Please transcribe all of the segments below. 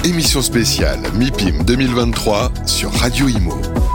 Émission spéciale MIPIM 2023 sur Radio Imo.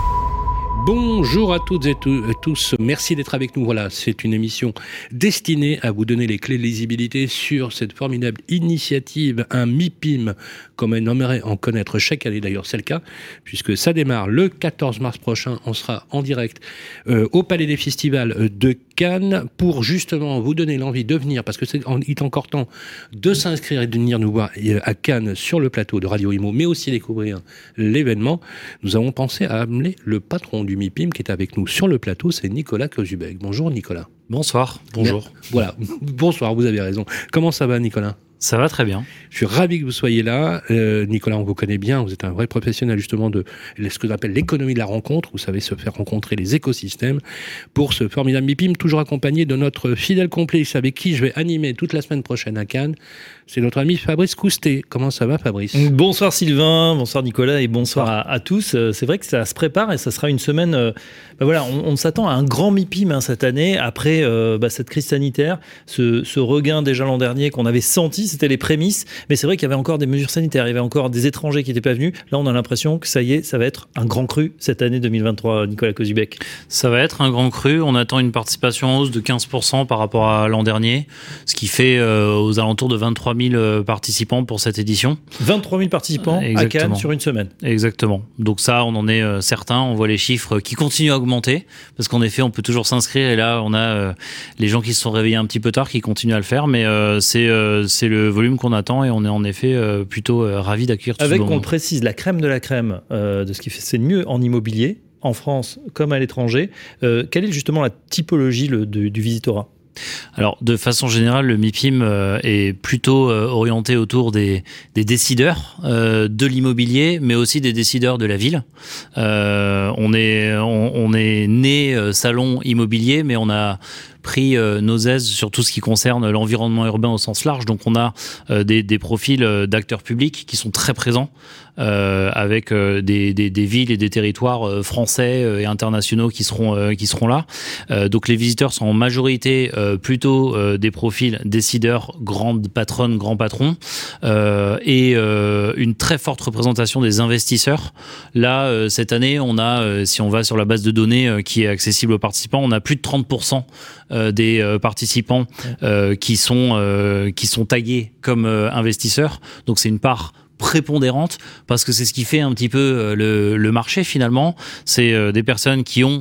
Bonjour à toutes et tous, merci d'être avec nous. Voilà, c'est une émission destinée à vous donner les clés de lisibilité sur cette formidable initiative, un MIPIM, comme on aimerait en connaître chaque année. D'ailleurs, c'est le cas, puisque ça démarre le 14 mars prochain. On sera en direct au Palais des Festivals de Cannes pour justement vous donner l'envie de venir, parce que il est encore temps de s'inscrire et de venir nous voir à Cannes sur le plateau de Radio Imo, mais aussi découvrir l'événement. Nous avons pensé à amener le patron du MIPIM qui est avec nous sur le plateau, c'est Nicolas Kozubek. Bonjour Nicolas. Bonsoir, bonjour. Voilà, bonsoir, vous avez raison. Comment ça va Nicolas ? Ça va très bien. Je suis ravi que vous soyez là. Nicolas, on vous connaît bien, vous êtes un vrai professionnel justement de ce que l'on appelle l'économie de la rencontre. Vous savez se faire rencontrer les écosystèmes pour ce formidable MIPIM, toujours accompagné de notre fidèle complice avec qui je vais animer toute la semaine prochaine à Cannes. C'est notre ami Fabrice Coustet. Comment ça va Fabrice ? Bonsoir Sylvain, bonsoir Nicolas et bonsoir à tous. C'est vrai que ça se prépare et ça sera une semaine... voilà, on s'attend à un grand MIPIM cette année après cette crise sanitaire, ce regain déjà l'an dernier qu'on avait senti, c'était les prémices, mais c'est vrai qu'il y avait encore des mesures sanitaires, il y avait encore des étrangers qui n'étaient pas venus. Là, on a l'impression que ça y est, ça va être un grand cru cette année 2023, Nicolas Kozubek. Ça va être un grand cru. On attend une participation en hausse de 15% par rapport à l'an dernier, ce qui fait aux alentours de 23 000 participants pour cette édition. 23 000 participants à Cannes sur une semaine. Exactement. Donc ça, on en est certain. On voit les chiffres qui continuent à augmenter, parce qu'en effet, on peut toujours s'inscrire. Et là, on a les gens qui se sont réveillés un petit peu tard, qui continuent à le faire. Mais c'est le volume qu'on attend et on est en effet plutôt ravis d'accueillir tout le monde. Avec, on le précise, la crème de la crème de ce qui fait c'est mieux en immobilier, en France comme à l'étranger. Quelle est justement la typologie du visitorat ? Alors, de façon générale, le MIPIM est plutôt orienté autour des décideurs de l'immobilier, mais aussi des décideurs de la ville. On est né salon immobilier, mais on a pris nos aises sur tout ce qui concerne l'environnement urbain au sens large. Donc, on a des profils d'acteurs publics qui sont très présents avec des villes et des territoires français et internationaux qui seront là. Donc, les visiteurs sont en majorité plutôt des profils décideurs, grandes patronnes, grands patrons, et une très forte représentation des investisseurs. Là, cette année, on a, si on va sur la base de données qui est accessible aux participants, on a plus de 30% des participants qui sont tagués comme investisseurs. Donc c'est une part prépondérante, parce que c'est ce qui fait un petit peu le marché finalement. C'est des personnes qui ont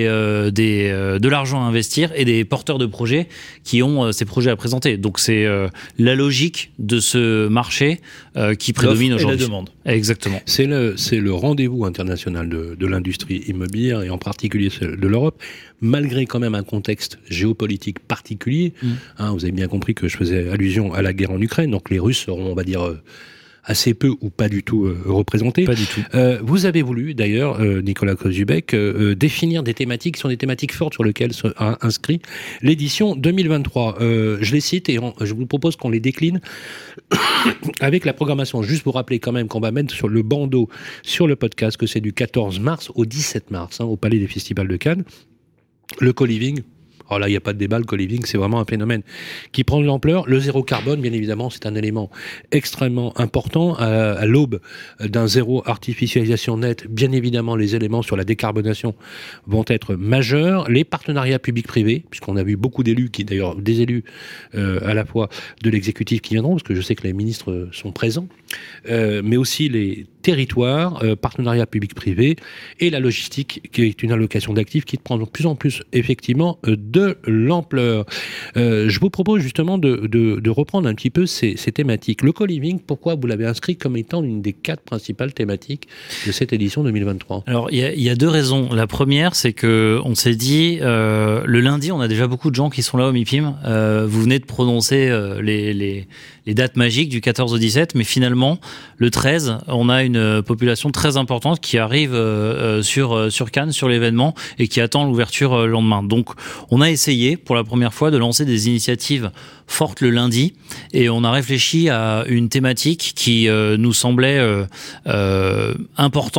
de l'argent à investir et des porteurs de projets qui ont ces projets à présenter. Donc c'est la logique de ce marché qui prédomine aujourd'hui. Et la demande. Exactement. C'est le rendez-vous international de l'industrie immobilière et en particulier de l'Europe, malgré quand même un contexte géopolitique particulier. Vous avez bien compris que je faisais allusion à la guerre en Ukraine, donc les Russes seront, on va dire, assez peu ou pas du tout représentés. Pas du tout. Vous avez voulu, d'ailleurs, Nicolas Kozubek, définir des thématiques qui sont des thématiques fortes sur lesquelles sera inscrit l'édition 2023. Je les cite et je vous propose qu'on les décline avec la programmation. Juste pour rappeler quand même qu'on va mettre sur le bandeau, sur le podcast, que c'est du 14 mars au 17 mars, au Palais des Festivals de Cannes. Le co-living. Alors là, il n'y a pas de débat, le co-living, c'est vraiment un phénomène qui prend de l'ampleur. Le zéro carbone, bien évidemment, c'est un élément extrêmement important. À l'aube d'un zéro artificialisation nette, bien évidemment, les éléments sur la décarbonation vont être majeurs. Les partenariats publics-privés, puisqu'on a vu beaucoup d'élus, d'ailleurs des élus à la fois de l'exécutif qui viendront, parce que je sais que les ministres sont présents, mais aussi les territoires, partenariat public-privé et la logistique, qui est une allocation d'actifs qui prend de plus en plus, effectivement, de l'ampleur. Je vous propose justement de reprendre un petit peu ces thématiques. Le co-living, pourquoi vous l'avez inscrit comme étant une des 4 principales thématiques de cette édition 2023 ? Alors, il y a 2 raisons. La première, c'est que on s'est dit, le lundi, on a déjà beaucoup de gens qui sont là au MIPIM. Vous venez de prononcer les dates magiques du 14 au 17, mais finalement, le 13, on a une population très importante qui arrive sur Cannes, sur l'événement, et qui attend l'ouverture le lendemain. Donc, on a essayé, pour la première fois, de lancer des initiatives fortes le lundi, et on a réfléchi à une thématique qui nous semblait importante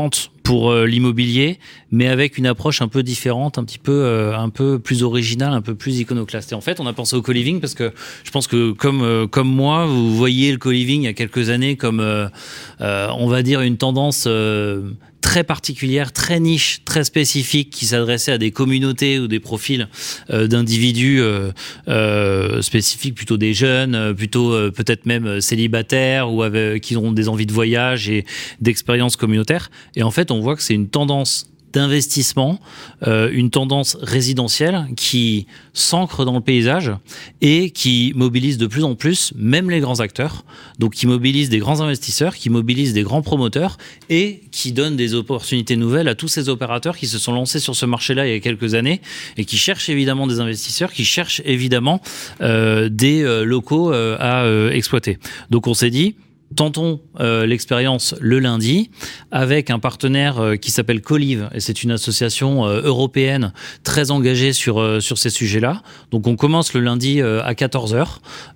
pour l'immobilier, mais avec une approche un peu différente, un peu plus originale, un peu plus iconoclaste. Et en fait, on a pensé au co-living parce que je pense que comme moi, vous voyez le co-living il y a quelques années comme on va dire une tendance très particulière, très niche, très spécifique, qui s'adressait à des communautés ou des profils d'individus spécifiques, plutôt des jeunes, plutôt peut-être même célibataires ou qui ont des envies de voyage et d'expériences communautaires. Et en fait, on voit que c'est une tendance d'investissement, une tendance résidentielle qui s'ancre dans le paysage et qui mobilise de plus en plus même les grands acteurs, donc qui mobilise des grands investisseurs, qui mobilise des grands promoteurs et qui donne des opportunités nouvelles à tous ces opérateurs qui se sont lancés sur ce marché-là il y a quelques années et qui cherchent évidemment des investisseurs, qui cherchent évidemment des locaux à exploiter. Donc on s'est dit, tentons l'expérience le lundi avec un partenaire qui s'appelle Colive, et c'est une association européenne très engagée sur ces sujets-là. Donc on commence le lundi à 14h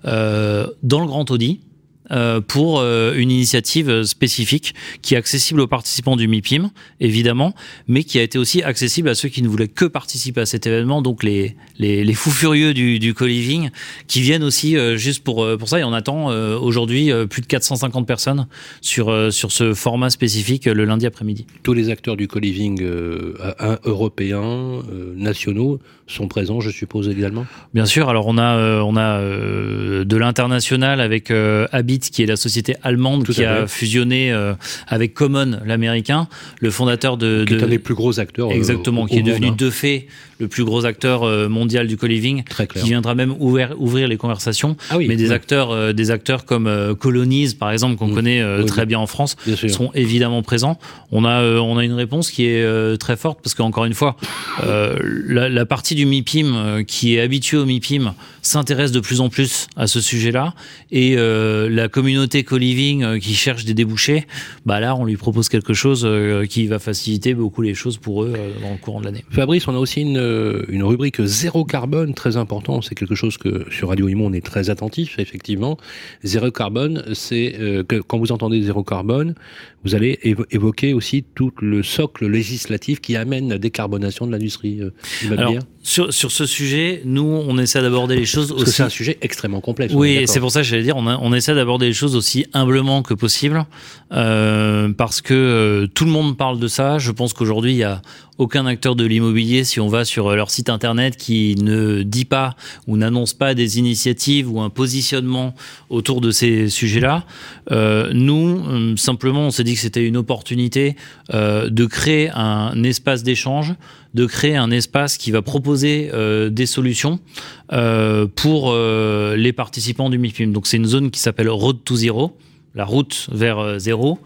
dans le Grand Audi pour une initiative spécifique qui est accessible aux participants du MIPIM, évidemment, mais qui a été aussi accessible à ceux qui ne voulaient que participer à cet événement, donc les fous furieux du co-living, qui viennent aussi juste pour ça. Et on attend aujourd'hui plus de 450 personnes sur ce format spécifique le lundi après-midi. Tous les acteurs du co-living européens, nationaux, sont présents, je suppose, également. Bien sûr. Alors on a de l'international avec Habit, qui est la société allemande qui a fusionné avec Common, l'américain, le fondateur qui est un des plus gros acteurs. Exactement, qui est devenu de fait le plus gros acteur mondial du co-living, qui viendra même ouvrir les conversations. Ah oui, mais des acteurs comme Colonize, par exemple, qu'on connaît très bien en France, sont évidemment présents. On a une réponse qui est très forte parce qu'encore une fois, la partie du MIPIM qui est habituée au MIPIM s'intéresse de plus en plus à ce sujet-là, et la communauté co-living qui cherche des débouchés, bah là on lui propose quelque chose qui va faciliter beaucoup les choses pour eux dans le courant de l'année. Fabrice, on a aussi une rubrique zéro carbone très important. C'est quelque chose que sur Radio Imo on est très attentif, effectivement. Zéro carbone, c'est que quand vous entendez zéro carbone, vous allez évoquer aussi tout le socle législatif qui amène la décarbonation de l'industrie immobilière. Alors, sur ce sujet, nous, on essaie d'aborder les choses aussi... Parce que c'est un sujet extrêmement complexe. Oui, c'est pour ça que j'allais dire, on essaie d'aborder les choses aussi humblement que possible, parce que tout le monde parle de ça. Je pense qu'aujourd'hui, il y a aucun acteur de l'immobilier, si on va sur leur site internet, qui ne dit pas ou n'annonce pas des initiatives ou un positionnement autour de ces sujets-là. Nous, simplement, on s'est dit que c'était une opportunité de créer un espace d'échange, de créer un espace qui va proposer des solutions pour les participants du MIPIM. Donc c'est une zone qui s'appelle Road to Zero, la route vers zéro,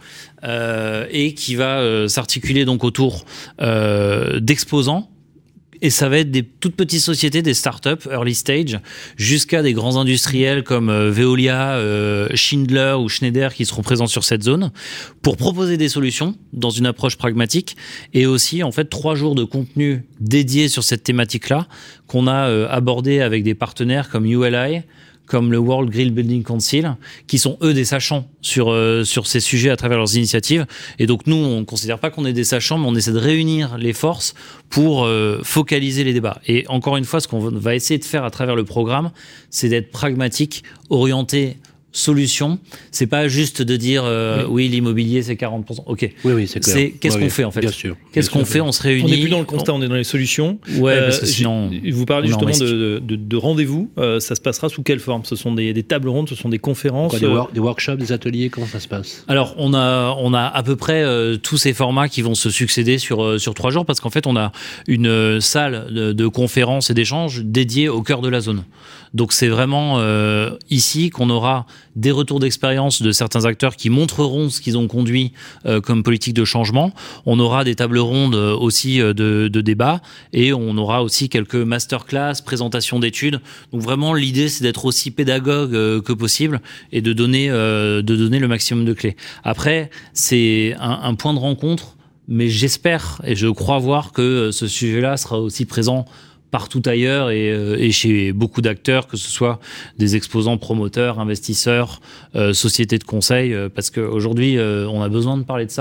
et qui va s'articuler donc autour d'exposants. Et ça va être des toutes petites sociétés, des startups, early stage, jusqu'à des grands industriels comme Veolia, Schindler ou Schneider qui seront présents sur cette zone pour proposer des solutions dans une approche pragmatique, et aussi en fait 3 jours de contenu dédiés sur cette thématique-là qu'on a abordé avec des partenaires comme ULI, comme le World Green Building Council, qui sont eux des sachants sur ces sujets à travers leurs initiatives. Et donc nous, on ne considère pas qu'on est des sachants, mais on essaie de réunir les forces pour focaliser les débats. Et encore une fois, ce qu'on va essayer de faire à travers le programme, c'est d'être pragmatique, orienté solution. C'est pas juste de dire oui, l'immobilier c'est 40%. Ok. Oui, c'est clair. C'est qu'est-ce qu'on fait en fait. Bien sûr. Qu'est-ce qu'on fait? On se réunit. On n'est plus dans le constat, on est dans les solutions. Ouais, parce que sinon. Vous parlez justement de rendez-vous. Ça se passera sous quelle forme? Ce sont des tables rondes, ce sont des conférences, des workshops, des ateliers. Comment ça se passe? Alors on a à peu près tous ces formats qui vont se succéder sur 3 jours, parce qu'en fait on a une salle de conférences et d'échanges dédiée au cœur de la zone. Donc c'est vraiment ici qu'on aura des retours d'expérience de certains acteurs qui montreront ce qu'ils ont conduit comme politique de changement. On aura des tables rondes aussi de débat, et on aura aussi quelques masterclass, présentations d'études. Donc vraiment l'idée c'est d'être aussi pédagogue que possible et de donner le maximum de clés. Après c'est un point de rencontre, mais j'espère et je crois voir que ce sujet-là sera aussi présent partout ailleurs et chez beaucoup d'acteurs, que ce soit des exposants, promoteurs, investisseurs, sociétés de conseil, parce qu'aujourd'hui, on a besoin de parler de ça.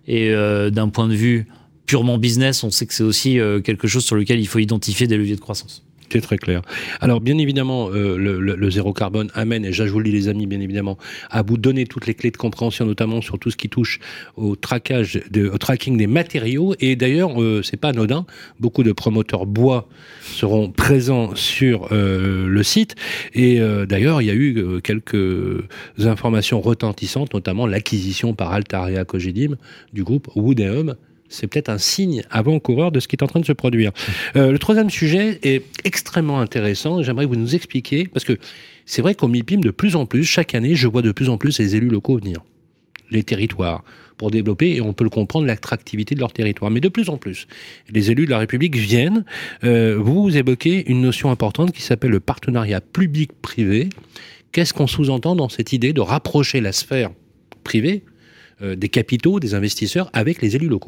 Et d'un point de vue purement business, on sait que c'est aussi quelque chose sur lequel il faut identifier des leviers de croissance. C'est très clair. Alors, bien évidemment, le zéro carbone amène, et je vous le dis les amis, bien évidemment, à vous donner toutes les clés de compréhension, notamment sur tout ce qui touche au tracking des matériaux. Et d'ailleurs, c'est pas anodin, beaucoup de promoteurs bois seront présents sur le site. Et d'ailleurs, il y a eu quelques informations retentissantes, notamment l'acquisition par Altaria Cogedim du groupe Wood & Home. C'est peut-être un signe avant-coureur de ce qui est en train de se produire. Le troisième sujet est extrêmement intéressant. J'aimerais que vous nous expliquiez, parce que c'est vrai qu'au MIPIM, de plus en plus, chaque année, je vois de plus en plus les élus locaux venir, les territoires, pour développer, et on peut le comprendre, l'attractivité de leur territoire. Mais de plus en plus, les élus de la République viennent. Vous évoquez une notion importante qui s'appelle le partenariat public-privé. Qu'est-ce qu'on sous-entend dans cette idée de rapprocher la sphère privée des capitaux, des investisseurs, avec les élus locaux ?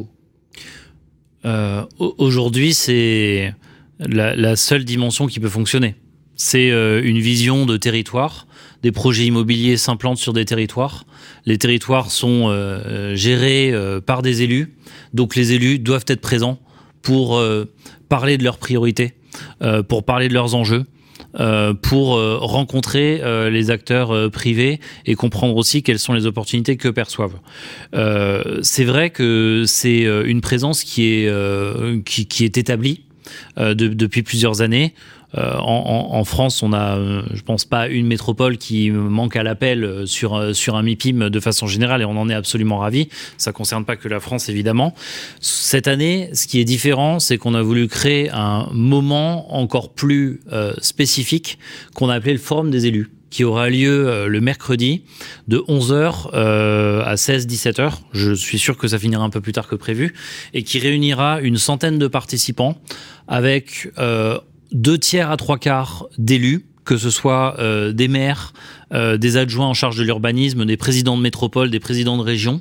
Aujourd'hui, c'est la seule dimension qui peut fonctionner. C'est une vision de territoire. Des projets immobiliers s'implantent sur des territoires. Les territoires sont gérés par des élus. Donc les élus doivent être présents pour parler de leurs priorités, pour parler de leurs enjeux, pour rencontrer les acteurs privés et comprendre aussi quelles sont les opportunités que perçoivent. C'est vrai que c'est une présence qui est établie depuis plusieurs années. En France, on a, je pense pas une métropole qui manque à l'appel sur un MIPIM de façon générale, et on en est absolument ravis. Ça concerne pas que la France, évidemment. Cette année, ce qui est différent, c'est qu'on a voulu créer un moment encore plus spécifique qu'on a appelé le Forum des élus, qui aura lieu le mercredi de 11h à 16-17h. Je suis sûr que ça finira un peu plus tard que prévu, et qui réunira une centaine de participants avec 2/3 à 3/4 d'élus, que ce soit des maires, des adjoints en charge de l'urbanisme, des présidents de métropole, des présidents de région,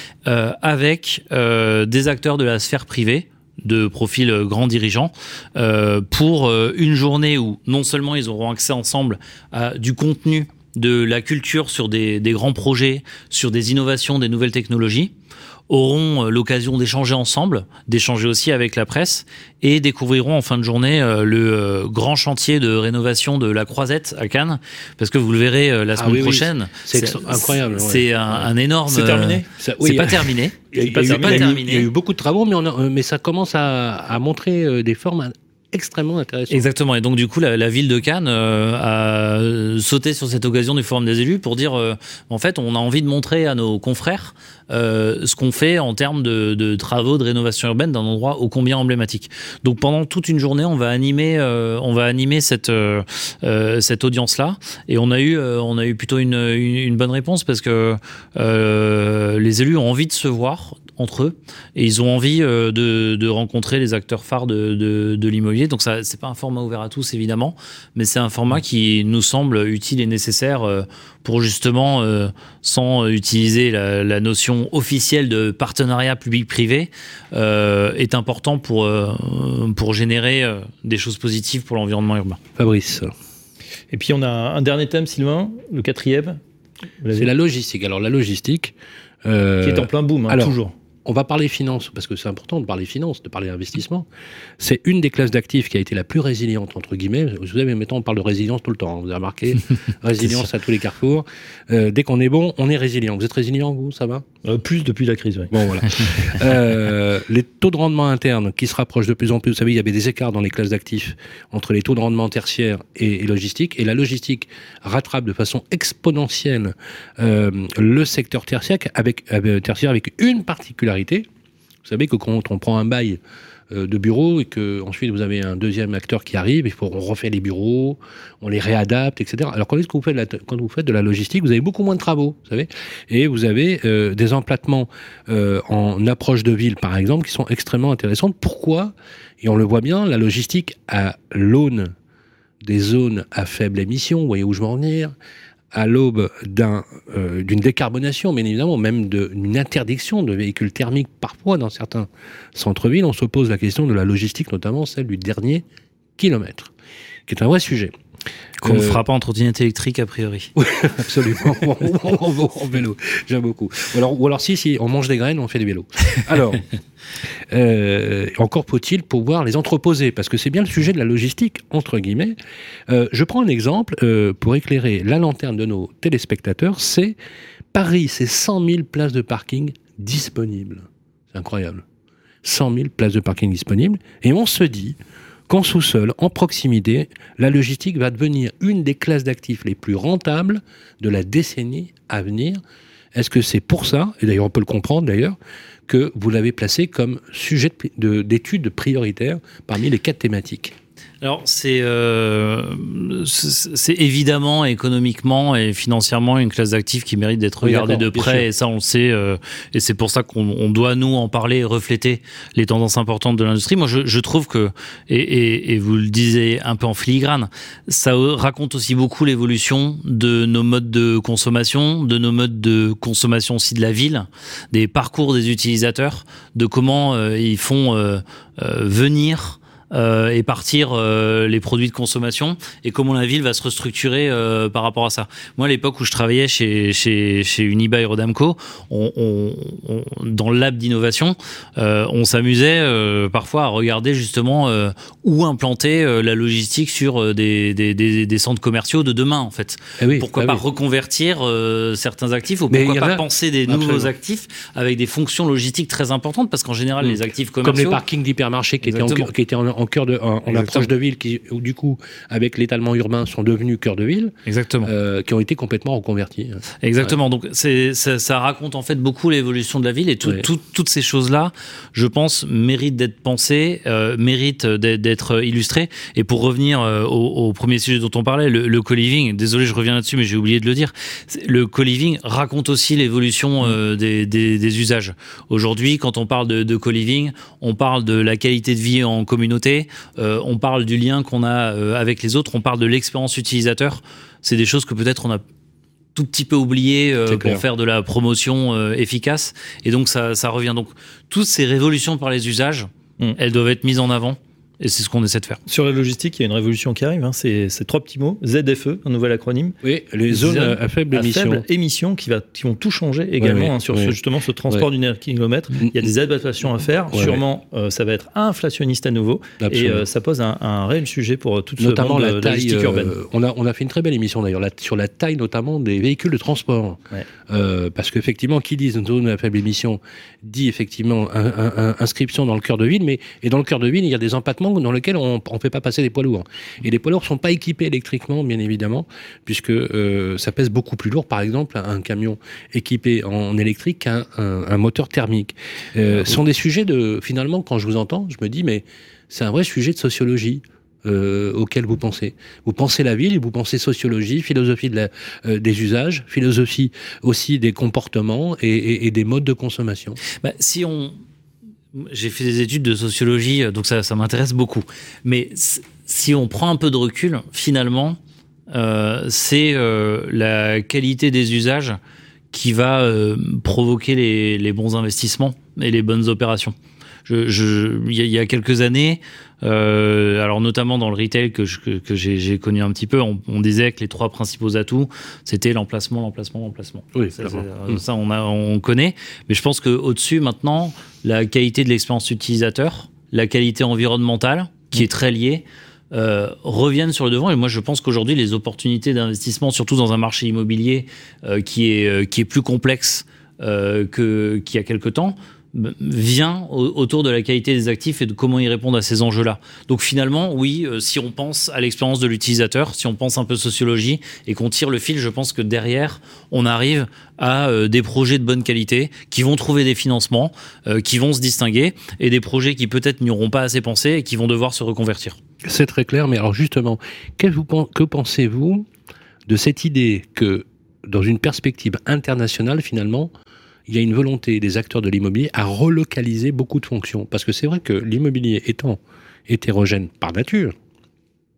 avec des acteurs de la sphère privée, de profil grands dirigeants, pour une journée où non seulement ils auront accès ensemble à du contenu, de la culture sur des grands projets, sur des innovations, des nouvelles technologies, auront l'occasion d'échanger ensemble, d'échanger aussi avec la presse, et découvriront en fin de journée le grand chantier de rénovation de la Croisette à Cannes, parce que vous le verrez la semaine prochaine. C'est incroyable. C'est un énorme... C'est terminé ? C'est pas terminé. Il y a eu beaucoup de travaux, mais ça commence à montrer des formes extrêmement intéressant. Exactement. Et donc, du coup, la ville de Cannes a sauté sur cette occasion du Forum des élus pour dire, en fait, on a envie de montrer à nos confrères ce qu'on fait en termes de travaux de rénovation urbaine d'un endroit ô combien emblématique. Donc, pendant toute une journée, on va animer cette audience-là. Et on a eu plutôt une bonne réponse, parce que les élus ont envie de se voir entre eux, et ils ont envie de rencontrer les acteurs phares de l'immobilier. Donc ça, c'est pas un format ouvert à tous, évidemment, mais c'est un format qui nous semble utile et nécessaire pour justement, sans utiliser la notion officielle de partenariat public-privé, est important pour générer des choses positives pour l'environnement urbain. Fabrice. Et puis on a un dernier thème, Sylvain, le quatrième. C'est la logistique. Alors la logistique... qui est en plein boom, toujours. On va parler finances, parce que c'est important de parler finances, de parler investissement. C'est une des classes d'actifs qui a été la plus résiliente, entre guillemets. Vous savez, maintenant, on parle de résilience tout le temps. Vous avez remarqué, résilience à tous les carrefours. Dès qu'on est bon, on est résilient. Vous êtes résilient, vous, ça va ? Plus depuis la crise, oui. Bon, voilà. Les taux de rendement internes qui se rapprochent de plus en plus. Vous savez, il y avait des écarts dans les classes d'actifs entre les taux de rendement tertiaires et logistique. Et la logistique rattrape de façon exponentielle le secteur tertiaire avec une particularité. Vous savez que quand on prend un bail de bureau et que ensuite vous avez un deuxième acteur qui arrive, on refait les bureaux, on les réadapte, etc. Alors quand vous faites de la logistique, vous avez beaucoup moins de travaux, vous savez, et vous avez des emplâtements en approche de ville, par exemple, qui sont extrêmement intéressantes. Pourquoi ? Et on le voit bien, la logistique à l'aune des zones à faible émission, vous voyez où je veux en venir, à l'aube d'une décarbonation, bien évidemment, même d'une interdiction de véhicules thermiques parfois dans certains centres-villes, on se pose la question de la logistique, notamment celle du dernier kilomètre, qui est un vrai sujet. Qu'on ne fera pas en trottinette électrique, a priori. Oui, absolument. En vélo, j'aime beaucoup. Ou alors si, on mange des graines, on fait du vélo. Alors, encore faut-il pouvoir les entreposer, parce que c'est bien le sujet de la logistique, entre guillemets. Je prends un exemple pour éclairer la lanterne de nos téléspectateurs. C'est Paris, c'est 100 000 places de parking disponibles. C'est incroyable. 100 000 places de parking disponibles. Et on se dit qu'en sous-sol, en proximité, la logistique va devenir une des classes d'actifs les plus rentables de la décennie à venir. Est-ce que c'est pour ça, et d'ailleurs on peut le comprendre d'ailleurs, que vous l'avez placé comme sujet d'étude prioritaire parmi les 4 thématiques ? Alors c'est évidemment économiquement et financièrement une classe d'actifs qui mérite d'être regardée de près, et ça on le sait, et c'est pour ça qu'on doit nous en parler et refléter les tendances importantes de l'industrie. Moi je trouve que, et vous le disiez un peu en filigrane, ça raconte aussi beaucoup l'évolution de nos modes de consommation, aussi de la ville, des parcours des utilisateurs, de comment ils font venir et partir les produits de consommation, et comment la ville va se restructurer par rapport à ça. Moi, à l'époque où je travaillais chez Unibail Rodamco, dans le lab d'innovation, on s'amusait parfois à regarder justement où implanter la logistique sur des centres commerciaux de demain, en fait. Pourquoi pas reconvertir certains actifs, ou pourquoi pas penser des nouveaux actifs avec des fonctions logistiques très importantes, parce qu'en général, les actifs commerciaux... Comme les parkings d'hypermarchés qui étaient en cœur en approche de ville, qui du coup avec l'étalement urbain sont devenus cœur de ville. Exactement. Qui ont été complètement reconvertis. Exactement. Donc ça raconte en fait beaucoup l'évolution de la ville, et toutes ces choses-là, je pense, méritent d'être pensées, méritent d'être illustrées. Et pour revenir au premier sujet dont on parlait, le co-living, désolé je reviens là-dessus mais j'ai oublié de le dire, le co-living raconte aussi l'évolution des usages. Aujourd'hui, quand on parle de co-living, on parle de la qualité de vie en communauté, on parle du lien qu'on a avec les autres, on parle de l'expérience utilisateur. C'est des choses que peut-être on a tout petit peu oublié pour faire de la promotion efficace, et donc ça revient. Donc toutes ces révolutions par les usages, elles doivent être mises en avant. Et c'est ce qu'on essaie de faire. Sur la logistique, il y a une révolution qui arrive. C'est 3 petits mots. ZFE, un nouvel acronyme. Oui, les zones à faible émission. Qui vont tout changer également sur justement ce transport du kilomètre. Il y a des adaptations à faire. Sûrement, ça va être inflationniste à nouveau. Absolument. Et ça pose un réel sujet pour toute notamment ce monde de logistique urbaine. On a fait une très belle émission d'ailleurs sur la taille notamment des véhicules de transport. Parce qu'effectivement, qui dit zone à faible émission dit effectivement inscription dans le cœur de ville, et dans le cœur de ville, il y a des empattements dans lesquels on ne fait pas passer des poids lourds. Et les poids lourds ne sont pas équipés électriquement, bien évidemment, puisque ça pèse beaucoup plus lourd, par exemple, un camion équipé en électrique qu'un moteur thermique. Sont des sujets finalement, quand je vous entends, je me dis, mais c'est un vrai sujet de sociologie. Auquel vous pensez. Vous pensez la ville, vous pensez sociologie, philosophie des usages, philosophie aussi des comportements et des modes de consommation. J'ai fait des études de sociologie, donc ça m'intéresse beaucoup. Mais si on prend un peu de recul, finalement, c'est la qualité des usages qui va provoquer les bons investissements et les bonnes opérations. Il y a quelques années, alors notamment dans le retail que j'ai connu un petit peu, on disait que les 3 principaux atouts, c'était l'emplacement. Oui, ça on connaît, mais je pense qu'au-dessus maintenant, la qualité de l'expérience utilisateur, la qualité environnementale, qui est très liée, reviennent sur le devant. Et moi, je pense qu'aujourd'hui, les opportunités d'investissement, surtout dans un marché immobilier qui est plus complexe qu'il y a quelques temps, vient autour de la qualité des actifs et de comment ils répondent à ces enjeux-là. Donc finalement, oui, si on pense à l'expérience de l'utilisateur, si on pense un peu sociologie et qu'on tire le fil, je pense que derrière, on arrive à des projets de bonne qualité qui vont trouver des financements, qui vont se distinguer, et des projets qui peut-être n'y auront pas assez pensé et qui vont devoir se reconvertir. C'est très clair, mais alors justement, que pensez-vous de cette idée que, dans une perspective internationale, finalement, il y a une volonté des acteurs de l'immobilier à relocaliser beaucoup de fonctions. Parce que c'est vrai que l'immobilier étant hétérogène par nature,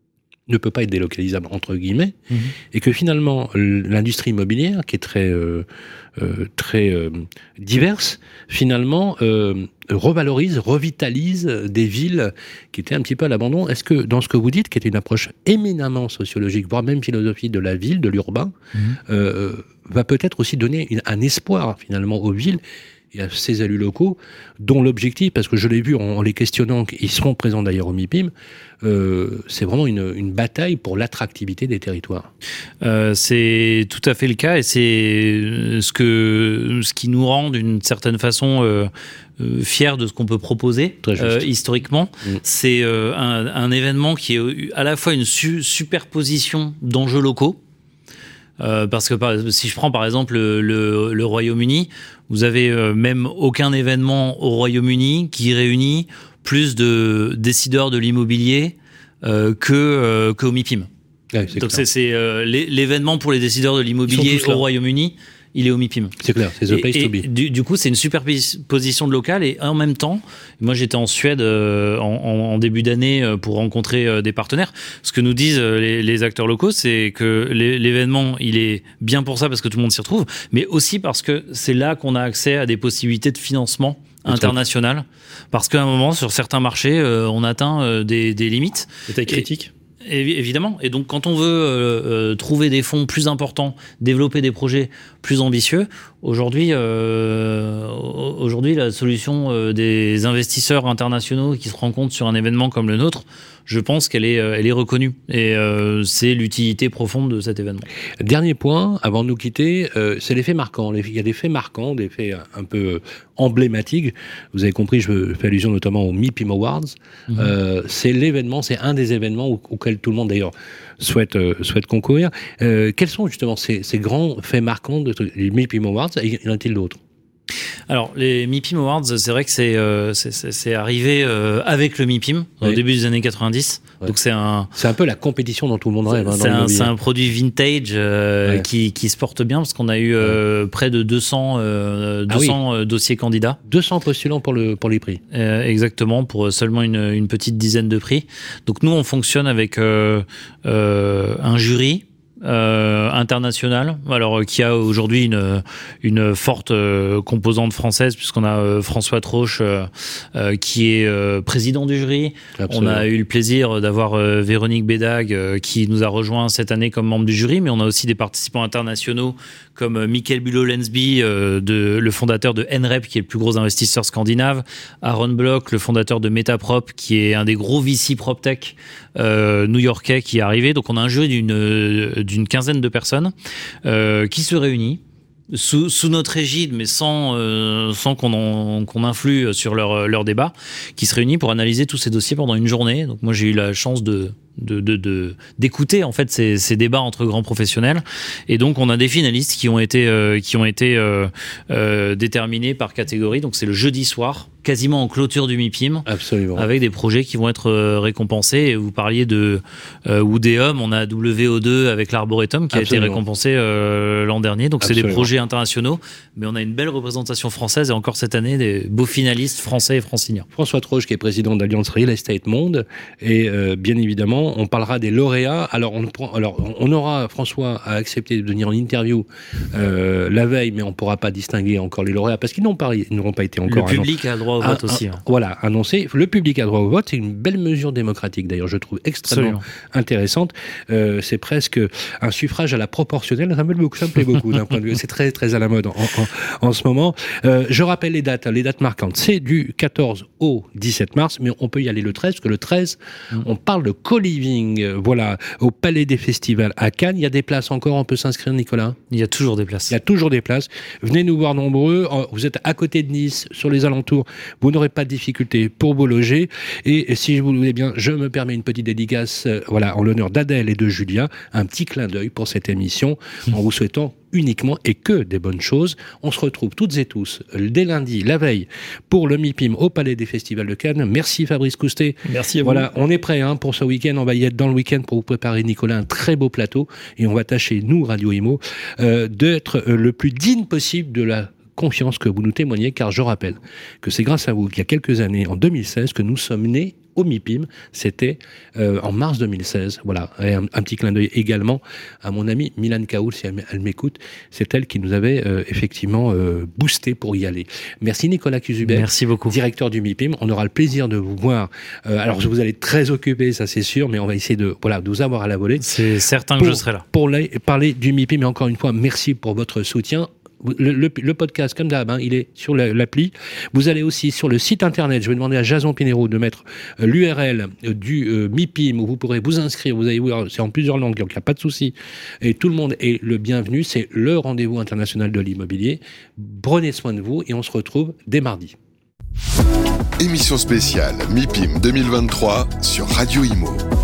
ne peut pas être délocalisable entre guillemets, et que finalement l'industrie immobilière, qui est très diverse, finalement revalorise, revitalise des villes qui étaient un petit peu à l'abandon. Est-ce que dans ce que vous dites, qui est une approche éminemment sociologique, voire même philosophique de la ville, de l'urbain, va peut-être aussi donner un espoir finalement aux villes et à ces élus locaux, dont l'objectif, parce que je l'ai vu en les questionnant, ils seront présents d'ailleurs au MIPIM, c'est vraiment une bataille pour l'attractivité des territoires. C'est tout à fait le cas, et c'est ce qui nous rend d'une certaine façon fiers de ce qu'on peut proposer historiquement. C'est un événement qui est à la fois une superposition d'enjeux locaux, parce que si je prends par exemple le Royaume-Uni, vous avez même aucun événement au Royaume-Uni qui réunit plus de décideurs de l'immobilier qu'au MIPIM. Ouais, donc c'est l'événement pour les décideurs de l'immobilier au Royaume-Uni, il est au MIPIM. C'est clair, c'est the place to be. Du coup, c'est une superposition de local, et en même temps, moi j'étais en Suède en début d'année pour rencontrer des partenaires. Ce que nous disent les acteurs locaux, c'est que l'événement, il est bien pour ça parce que tout le monde s'y retrouve, mais aussi parce que c'est là qu'on a accès à des possibilités de financement international, parce qu'à un moment, sur certains marchés, on atteint des limites. Des tailles critiques. Évidemment. Et donc, quand on veut trouver des fonds plus importants, développer des projets plus ambitieux, aujourd'hui, la solution des investisseurs internationaux qui se rencontrent sur un événement comme le nôtre, je pense qu'elle est reconnue. Et c'est l'utilité profonde de cet événement. Dernier point, avant de nous quitter, c'est les faits marquants. Il y a des faits marquants, des faits un peu emblématiques. Vous avez compris, je fais allusion notamment au MIPIM Awards. C'est l'événement, c'est un des événements auxquels tout le monde d'ailleurs souhaite concourir. Quels sont justement ces grands faits marquants des MIPIM Awards, et y en a-t-il d'autres? Alors, les MIPIM Awards, c'est vrai que c'est arrivé avec le MIPIM au début des années 90. Ouais. Donc c'est un peu la compétition dont tout le monde rêve. C'est un produit vintage qui se porte bien, parce qu'on a eu près de 200 dossiers candidats. 200 postulants pour les prix. Exactement, pour seulement une petite dizaine de prix. Donc nous, on fonctionne avec un jury international, alors qui a aujourd'hui une forte composante française, puisqu'on a François Troche qui est président du jury. Absolument. On a eu le plaisir d'avoir Véronique Bédag qui nous a rejoint cette année comme membre du jury, mais on a aussi des participants internationaux comme Michael Bullo-Lensby, le fondateur de NREP, qui est le plus gros investisseur scandinave, Aaron Bloch, le fondateur de Metaprop, qui est un des gros VC PropTech new-yorkais, qui est arrivé. Donc on a un jury d'une quinzaine de personnes qui se réunit sous notre égide, mais sans qu'on influe sur leur débat, qui se réunit pour analyser tous ces dossiers pendant une journée. Donc moi j'ai eu la chance d'écouter en fait ces débats entre grands professionnels, et donc on a des finalistes qui ont été déterminés par catégorie. Donc c'est le jeudi soir, quasiment en clôture du MIPIM. Absolument. Avec des projets qui vont être récompensés. Et vous parliez de Woodeum, on a WO2 avec l'Arboretum qui Absolument. a été récompensé l'an dernier. Donc Absolument. c'est des projets internationaux, mais on a une belle représentation française, et encore cette année des beaux finalistes français et franciliens. François Troche, qui est président d'Alliance Real Estate Monde, et bien évidemment on parlera des lauréats. Alors on aura, François a accepté de venir en interview la veille, mais on ne pourra pas distinguer encore les lauréats parce qu'ils n'auront pas été encore le public a droit au vote aussi. Voilà, annoncé. Le public a droit au vote. C'est une belle mesure démocratique, d'ailleurs, je trouve extrêmement intéressante. C'est presque un suffrage à la proportionnelle. Ça me plaît beaucoup d'un point de vue. C'est très, très à la mode en ce moment. Je rappelle les dates marquantes. C'est du 14 au 17 mars, mais on peut y aller le 13, parce que le 13, on parle de co-living, voilà, au Palais des Festivals à Cannes. Il y a des places encore, on peut s'inscrire, Nicolas? Il y a toujours des places. Il y a toujours des places. Venez nous voir nombreux. Vous êtes à côté de Nice, sur les alentours. Vous n'aurez pas de difficulté pour vous loger. Et si vous voulez bien, je me permets une petite dédicace, voilà, en l'honneur d'Adèle et de Julien. Un petit clin d'œil pour cette émission, en vous souhaitant uniquement et que des bonnes choses. On se retrouve toutes et tous dès lundi, la veille, pour le MIPIM au Palais des Festivals de Cannes. Merci Fabrice Coustet. Merci à vous. Voilà, on est prêt pour ce week-end. On va y être dans le week-end pour vous préparer, Nicolas, un très beau plateau. Et on va tâcher, nous, Radio Imo, d'être le plus digne possible de la confiance que vous nous témoignez, car je rappelle que c'est grâce à vous qu'il y a quelques années, en 2016, que nous sommes nés au MIPIM. C'était en mars 2016. Voilà. Et un petit clin d'œil également à mon amie Milan Kaoul, si elle m'écoute. C'est elle qui nous avait effectivement boosté pour y aller. Merci Nicolas Cuzubeck. Merci beaucoup. Directeur du MIPIM. On aura le plaisir de vous voir. Alors vous allez être très occupé, ça c'est sûr, mais on va essayer de vous avoir à la volée. C'est certain que je serai là. Pour parler du MIPIM, mais encore une fois, merci pour votre soutien. Le podcast, comme d'hab, il est sur l'appli. Vous allez aussi sur le site internet. Je vais demander à Jason Pinero de mettre l'URL du MIPIM où vous pourrez vous inscrire. Vous allez voir, c'est en plusieurs langues, donc il n'y a pas de souci. Et tout le monde est le bienvenu. C'est le rendez-vous international de l'immobilier. Prenez soin de vous et on se retrouve dès mardi. Émission spéciale MIPIM 2023 sur Radio Imo.